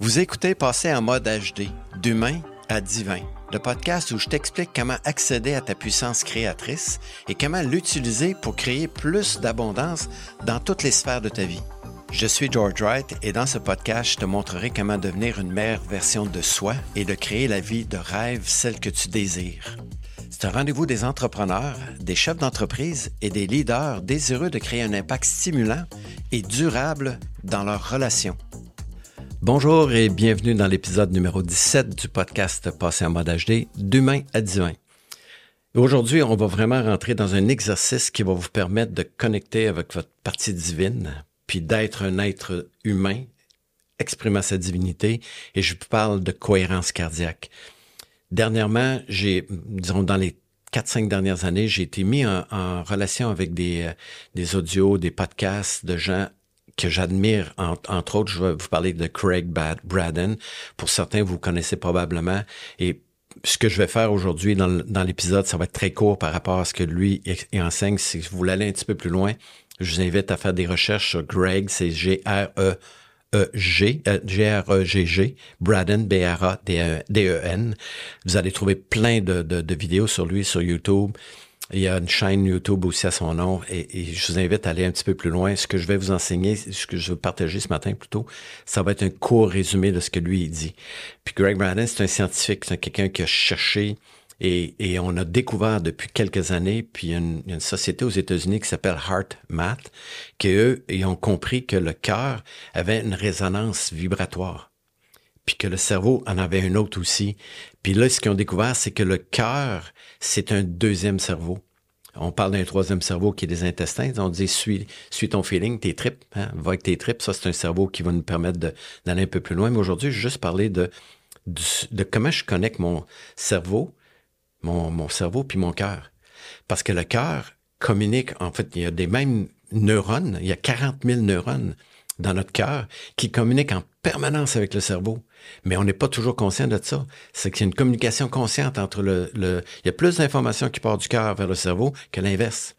Vous écoutez Passer en mode HD, d'humain à divin, le podcast où je t'explique comment accéder à ta puissance créatrice et comment l'utiliser pour créer plus d'abondance dans toutes les sphères de ta vie. Je suis George Wright et dans ce podcast, je te montrerai comment devenir une meilleure version de soi et de créer la vie de rêve, celle que tu désires. C'est un rendez-vous des entrepreneurs, des chefs d'entreprise et des leaders désireux de créer un impact stimulant et durable dans leurs relations. Bonjour et bienvenue dans l'épisode numéro 17 du podcast Passer en mode HD, d'humain à divin. Aujourd'hui, on va vraiment rentrer dans un exercice qui va vous permettre de connecter avec votre partie divine, puis d'être un être humain, exprimant sa divinité, et je vous parle de cohérence cardiaque. Dernièrement, dans les 4-5 dernières années, j'ai été mis en relation avec des audios, des podcasts de gens que j'admire. Entre autres, je vais vous parler de Craig Braden. Pour certains, vous connaissez probablement. Et ce que je vais faire aujourd'hui dans l'épisode, ça va être très court par rapport à ce que lui enseigne. Si vous voulez aller un petit peu plus loin, je vous invite à faire des recherches sur Greg, c'est G-R-E-G, Braden, B-R-A-D-E-N. Vous allez trouver plein de vidéos sur lui sur YouTube. Il y a une chaîne YouTube aussi à son nom et je vous invite à aller un petit peu plus loin. Ce que je vais vous enseigner, ce que je vais partager ce matin plutôt, ça va être un court résumé de ce que lui il dit. Puis Greg Braden, c'est un scientifique, c'est quelqu'un qui a cherché et on a découvert depuis quelques années, puis il y a une société aux États-Unis qui s'appelle HeartMath, qui eux, ils ont compris que le cœur avait une résonance vibratoire. Puis que le cerveau en avait un autre aussi. Puis là, ce qu'ils ont découvert, c'est que le cœur, c'est un deuxième cerveau. On parle d'un troisième cerveau qui est des intestins. On dit, suis ton feeling, tes tripes, hein, va avec tes tripes. Ça, c'est un cerveau qui va nous permettre d'aller un peu plus loin. Mais aujourd'hui, je vais juste parler de comment je connecte mon cerveau, mon cerveau puis mon cœur. Parce que le cœur communique, en fait, il y a des mêmes neurones, il y a 40 000 neurones dans notre cœur qui communiquent en permanence avec le cerveau. Mais on n'est pas toujours conscient de ça. C'est qu'il y a une communication consciente entre il y a plus d'informations qui partent du cœur vers le cerveau que l'inverse.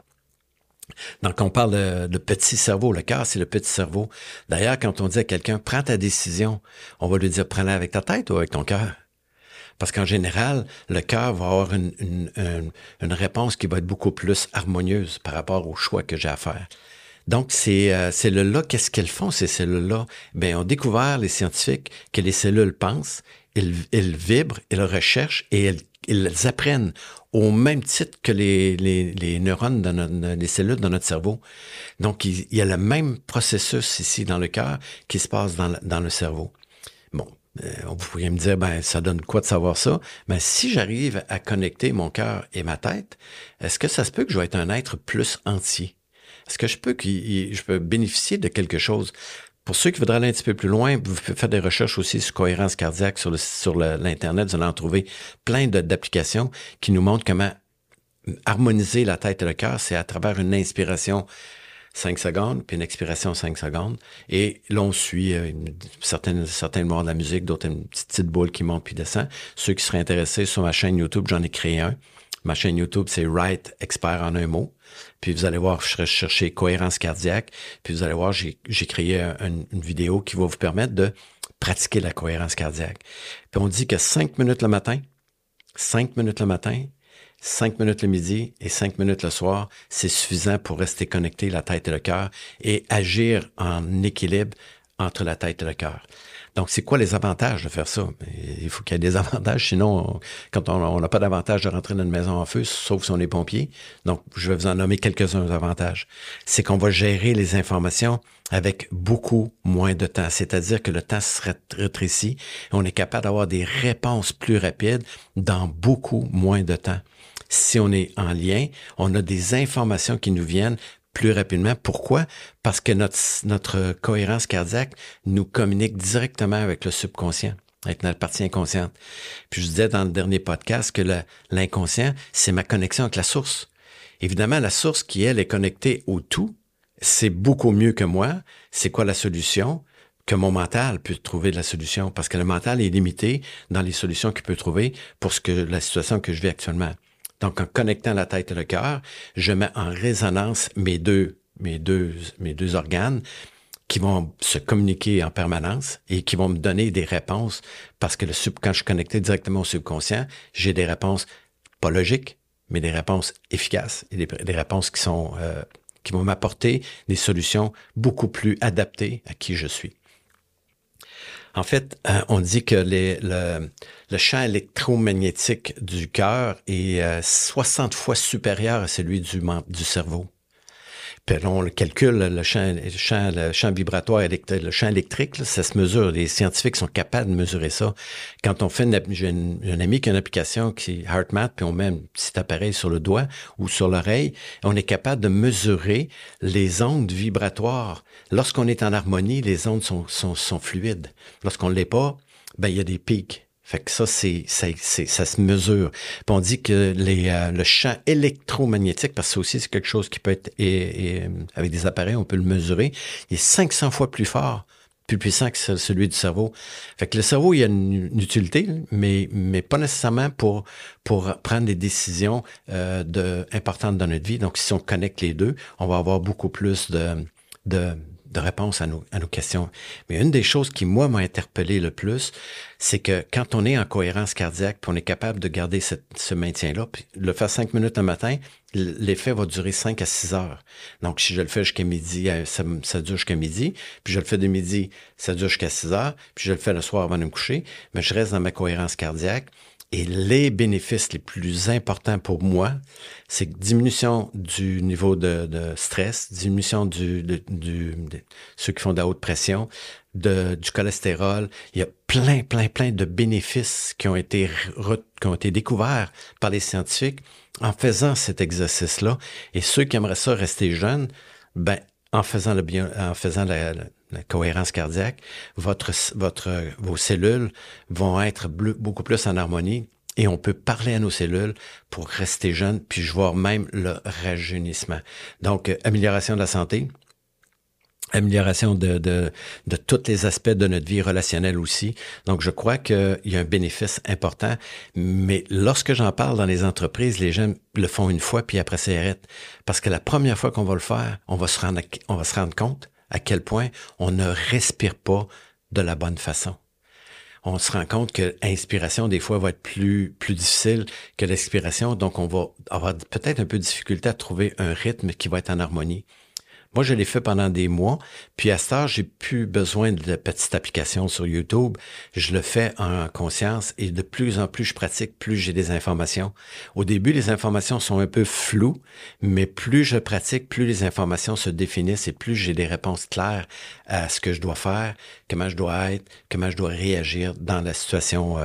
Donc, on parle de petit cerveau. Le cœur, c'est le petit cerveau. D'ailleurs, quand on dit à quelqu'un, prends ta décision, on va lui dire, prends-la avec ta tête ou avec ton cœur. Parce qu'en général, le cœur va avoir une réponse qui va être beaucoup plus harmonieuse par rapport au choix que j'ai à faire. Donc, ces cellules-là, qu'est-ce qu'elles font, ces cellules-là? Bien, on a découvert, les scientifiques, que les cellules pensent, elles vibrent, elles recherchent et elles apprennent au même titre que les neurones, les cellules dans notre cerveau. Donc, il y a le même processus ici dans le cœur qui se passe dans le cerveau. Bon, vous pourriez me dire, ben ça donne quoi de savoir ça? Ben, si j'arrive à connecter mon cœur et ma tête, est-ce que ça se peut que je vais être un être plus entier? Est-ce que je peux bénéficier de quelque chose? Pour ceux qui voudraient aller un petit peu plus loin, vous pouvez faire des recherches aussi sur cohérence cardiaque sur l'Internet. Vous allez en trouver plein d'applications qui nous montrent comment harmoniser la tête et le cœur. C'est à travers une inspiration 5 secondes, puis une expiration 5 secondes. Et là, on suit certaines moments de la musique, d'autres une petite boule qui monte puis descend. Ceux qui seraient intéressés, sur ma chaîne YouTube, j'en ai créé un. Ma chaîne YouTube, c'est Wright Expert en un mot. Puis vous allez voir, je chercher cohérence cardiaque. Puis vous allez voir, j'ai créé une vidéo qui va vous permettre de pratiquer la cohérence cardiaque. Puis on dit que 5 minutes le matin, 5 minutes le matin, 5 minutes le midi et 5 minutes le soir, c'est suffisant pour rester connecté, la tête et le cœur, et agir en équilibre entre la tête et le cœur. Donc, c'est quoi les avantages de faire ça? Il faut qu'il y ait des avantages, sinon, quand on n'a pas d'avantage de rentrer dans une maison en feu, sauf si on est pompier. Donc, je vais vous en nommer quelques-uns avantages. C'est qu'on va gérer les informations avec beaucoup moins de temps. C'est-à-dire que le temps se rétrécit et on est capable d'avoir des réponses plus rapides dans beaucoup moins de temps. Si on est en lien, on a des informations qui nous viennent plus rapidement. Pourquoi? Parce que notre cohérence cardiaque nous communique directement avec le subconscient, avec notre partie inconsciente. Puis je disais dans le dernier podcast que l'inconscient, c'est ma connexion avec la source. Évidemment, la source qui, elle, est connectée au tout, c'est beaucoup mieux que moi. C'est quoi la solution? Que mon mental peut trouver de la solution. Parce que le mental est limité dans les solutions qu'il peut trouver pour la situation que je vis actuellement. Donc, en connectant la tête et le cœur, je mets en résonance mes deux organes qui vont se communiquer en permanence et qui vont me donner des réponses parce que quand je suis connecté directement au subconscient, j'ai des réponses pas logiques, mais des réponses efficaces et des réponses qui vont m'apporter des solutions beaucoup plus adaptées à qui je suis. En fait, on dit que le champ électromagnétique du cœur est 60 fois supérieur à celui du cerveau. Puis là, on le calcule, le champ vibratoire, le champ électrique, là, ça se mesure. Les scientifiques sont capables de mesurer ça. Quand on fait j'ai un ami qui a une application qui est HeartMath, puis on met un petit appareil sur le doigt ou sur l'oreille, on est capable de mesurer les ondes vibratoires. Lorsqu'on est en harmonie, les ondes sont fluides. Lorsqu'on ne l'est pas, ben il y a des pics. Fait que ça se mesure. Puis on dit que le champ électromagnétique, parce que ça aussi c'est quelque chose qui peut être avec des appareils, on peut le mesurer, il est 500 fois plus fort, plus puissant que celui du cerveau. Fait que le cerveau, il y a une utilité, mais pas nécessairement pour prendre des décisions importantes dans notre vie. Donc si on connecte les deux, on va avoir beaucoup plus de réponses à nos questions. Mais une des choses qui, moi, m'a interpellé le plus, c'est que quand on est en cohérence cardiaque, puis on est capable de garder ce maintien-là, puis le faire 5 minutes un matin, l'effet va durer 5 à 6 heures. Donc, si je le fais jusqu'à midi, ça dure jusqu'à midi, puis je le fais de midi, ça dure jusqu'à 6 heures, puis je le fais le soir avant de me coucher, mais je reste dans ma cohérence cardiaque. Et les bénéfices les plus importants pour moi, c'est diminution du niveau de stress, diminution de ceux qui font de la haute pression, du cholestérol. Il y a plein de bénéfices qui ont été découverts par les scientifiques en faisant cet exercice-là. Et ceux qui aimeraient ça rester jeunes, ben, en faisant la cohérence cardiaque, vos cellules vont être beaucoup plus en harmonie et on peut parler à nos cellules pour rester jeunes, puis voir même le rajeunissement. Donc, amélioration de la santé, amélioration de tous les aspects de notre vie relationnelle aussi. Donc, je crois qu'il y a un bénéfice important, mais lorsque j'en parle dans les entreprises, les gens le font une fois, puis après, ça arrête. Parce que la première fois qu'on va le faire, on va se rendre compte à quel point on ne respire pas de la bonne façon. On se rend compte que l'inspiration, des fois, va être plus difficile que l'expiration. Donc, on va avoir peut-être un peu de difficulté à trouver un rythme qui va être en harmonie. Moi, je l'ai fait pendant des mois, puis à ce heure, j'ai plus besoin de petites applications sur YouTube. Je le fais en conscience et de plus en plus je pratique, plus j'ai des informations. Au début, les informations sont un peu floues, mais plus je pratique, plus les informations se définissent et plus j'ai des réponses claires à ce que je dois faire, comment je dois être, comment je dois réagir dans la situation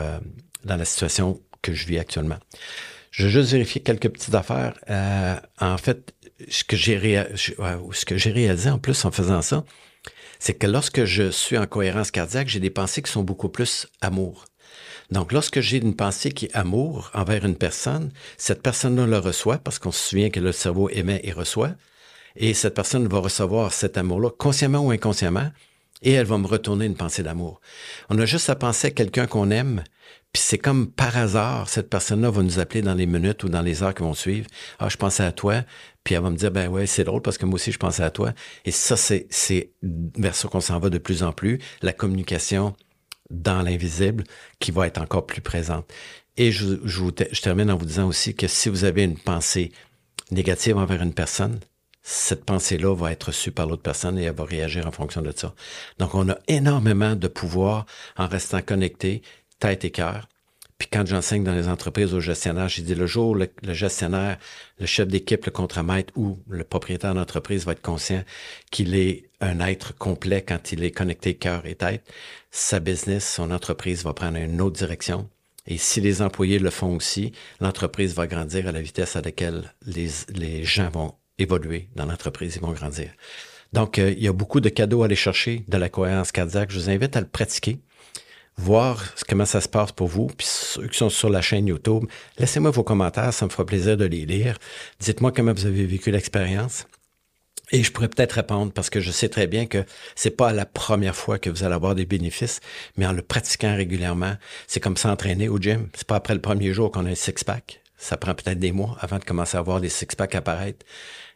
que je vis actuellement. Je vais juste vérifier quelques petites affaires. En fait, ce que j'ai réalisé en plus en faisant ça, c'est que lorsque je suis en cohérence cardiaque, j'ai des pensées qui sont beaucoup plus amour. Donc, lorsque j'ai une pensée qui est amour envers une personne, cette personne-là le reçoit parce qu'on se souvient que le cerveau émet et reçoit. Et cette personne va recevoir cet amour-là, consciemment ou inconsciemment, et elle va me retourner une pensée d'amour. On a juste à penser à quelqu'un qu'on aime, puis c'est comme par hasard, cette personne-là va nous appeler dans les minutes ou dans les heures qui vont suivre. « Ah, je pensais à toi. » Puis elle va me dire « Ben ouais, c'est drôle parce que moi aussi, je pensais à toi. » Et ça, c'est vers ça qu'on s'en va de plus en plus, la communication dans l'invisible qui va être encore plus présente. Et je termine en vous disant aussi que si vous avez une pensée négative envers une personne, cette pensée-là va être reçue par l'autre personne et elle va réagir en fonction de ça. Donc, on a énormément de pouvoir en restant connecté, tête et cœur. Puis quand j'enseigne dans les entreprises aux gestionnaires, j'ai dit le jour où le gestionnaire, le chef d'équipe, le contremaître ou le propriétaire d'entreprise va être conscient qu'il est un être complet quand il est connecté cœur et tête, sa business, son entreprise va prendre une autre direction. Et si les employés le font aussi, l'entreprise va grandir à la vitesse à laquelle les gens vont évoluer dans l'entreprise, ils vont grandir. Donc, il y a beaucoup de cadeaux à aller chercher de la cohérence cardiaque. Je vous invite à le pratiquer, voir comment ça se passe pour vous. Puis ceux qui sont sur la chaîne YouTube, laissez-moi vos commentaires, ça me fera plaisir de les lire. Dites-moi comment vous avez vécu l'expérience. Et je pourrais peut-être répondre parce que je sais très bien que c'est pas la première fois que vous allez avoir des bénéfices, mais en le pratiquant régulièrement, c'est comme s'entraîner au gym. C'est pas après le premier jour qu'on a un six-pack. Ça prend peut-être des mois avant de commencer à voir des six-packs apparaître.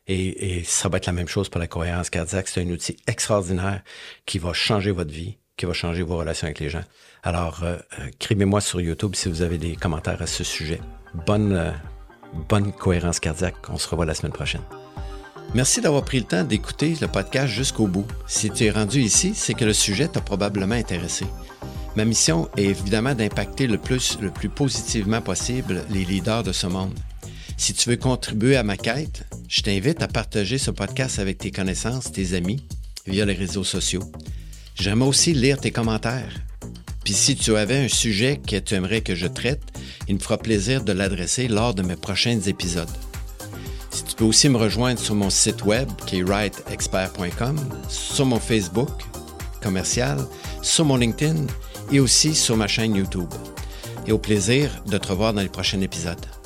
Et ça va être la même chose pour la cohérence cardiaque. C'est un outil extraordinaire qui va changer votre vie, qui va changer vos relations avec les gens. Alors, écrivez-moi sur YouTube si vous avez des commentaires à ce sujet. Bonne cohérence cardiaque. On se revoit la semaine prochaine. Merci d'avoir pris le temps d'écouter le podcast jusqu'au bout. Si tu es rendu ici, c'est que le sujet t'a probablement intéressé. Ma mission est évidemment d'impacter le plus positivement possible les leaders de ce monde. Si tu veux contribuer à ma quête, je t'invite à partager ce podcast avec tes connaissances, tes amis, via les réseaux sociaux. J'aimerais aussi lire tes commentaires. Puis si tu avais un sujet que tu aimerais que je traite, il me fera plaisir de l'adresser lors de mes prochains épisodes. Si tu peux aussi me rejoindre sur mon site web qui est writeexpert.com, sur mon Facebook commercial, sur mon LinkedIn et aussi sur ma chaîne YouTube. Et au plaisir de te revoir dans les prochains épisodes.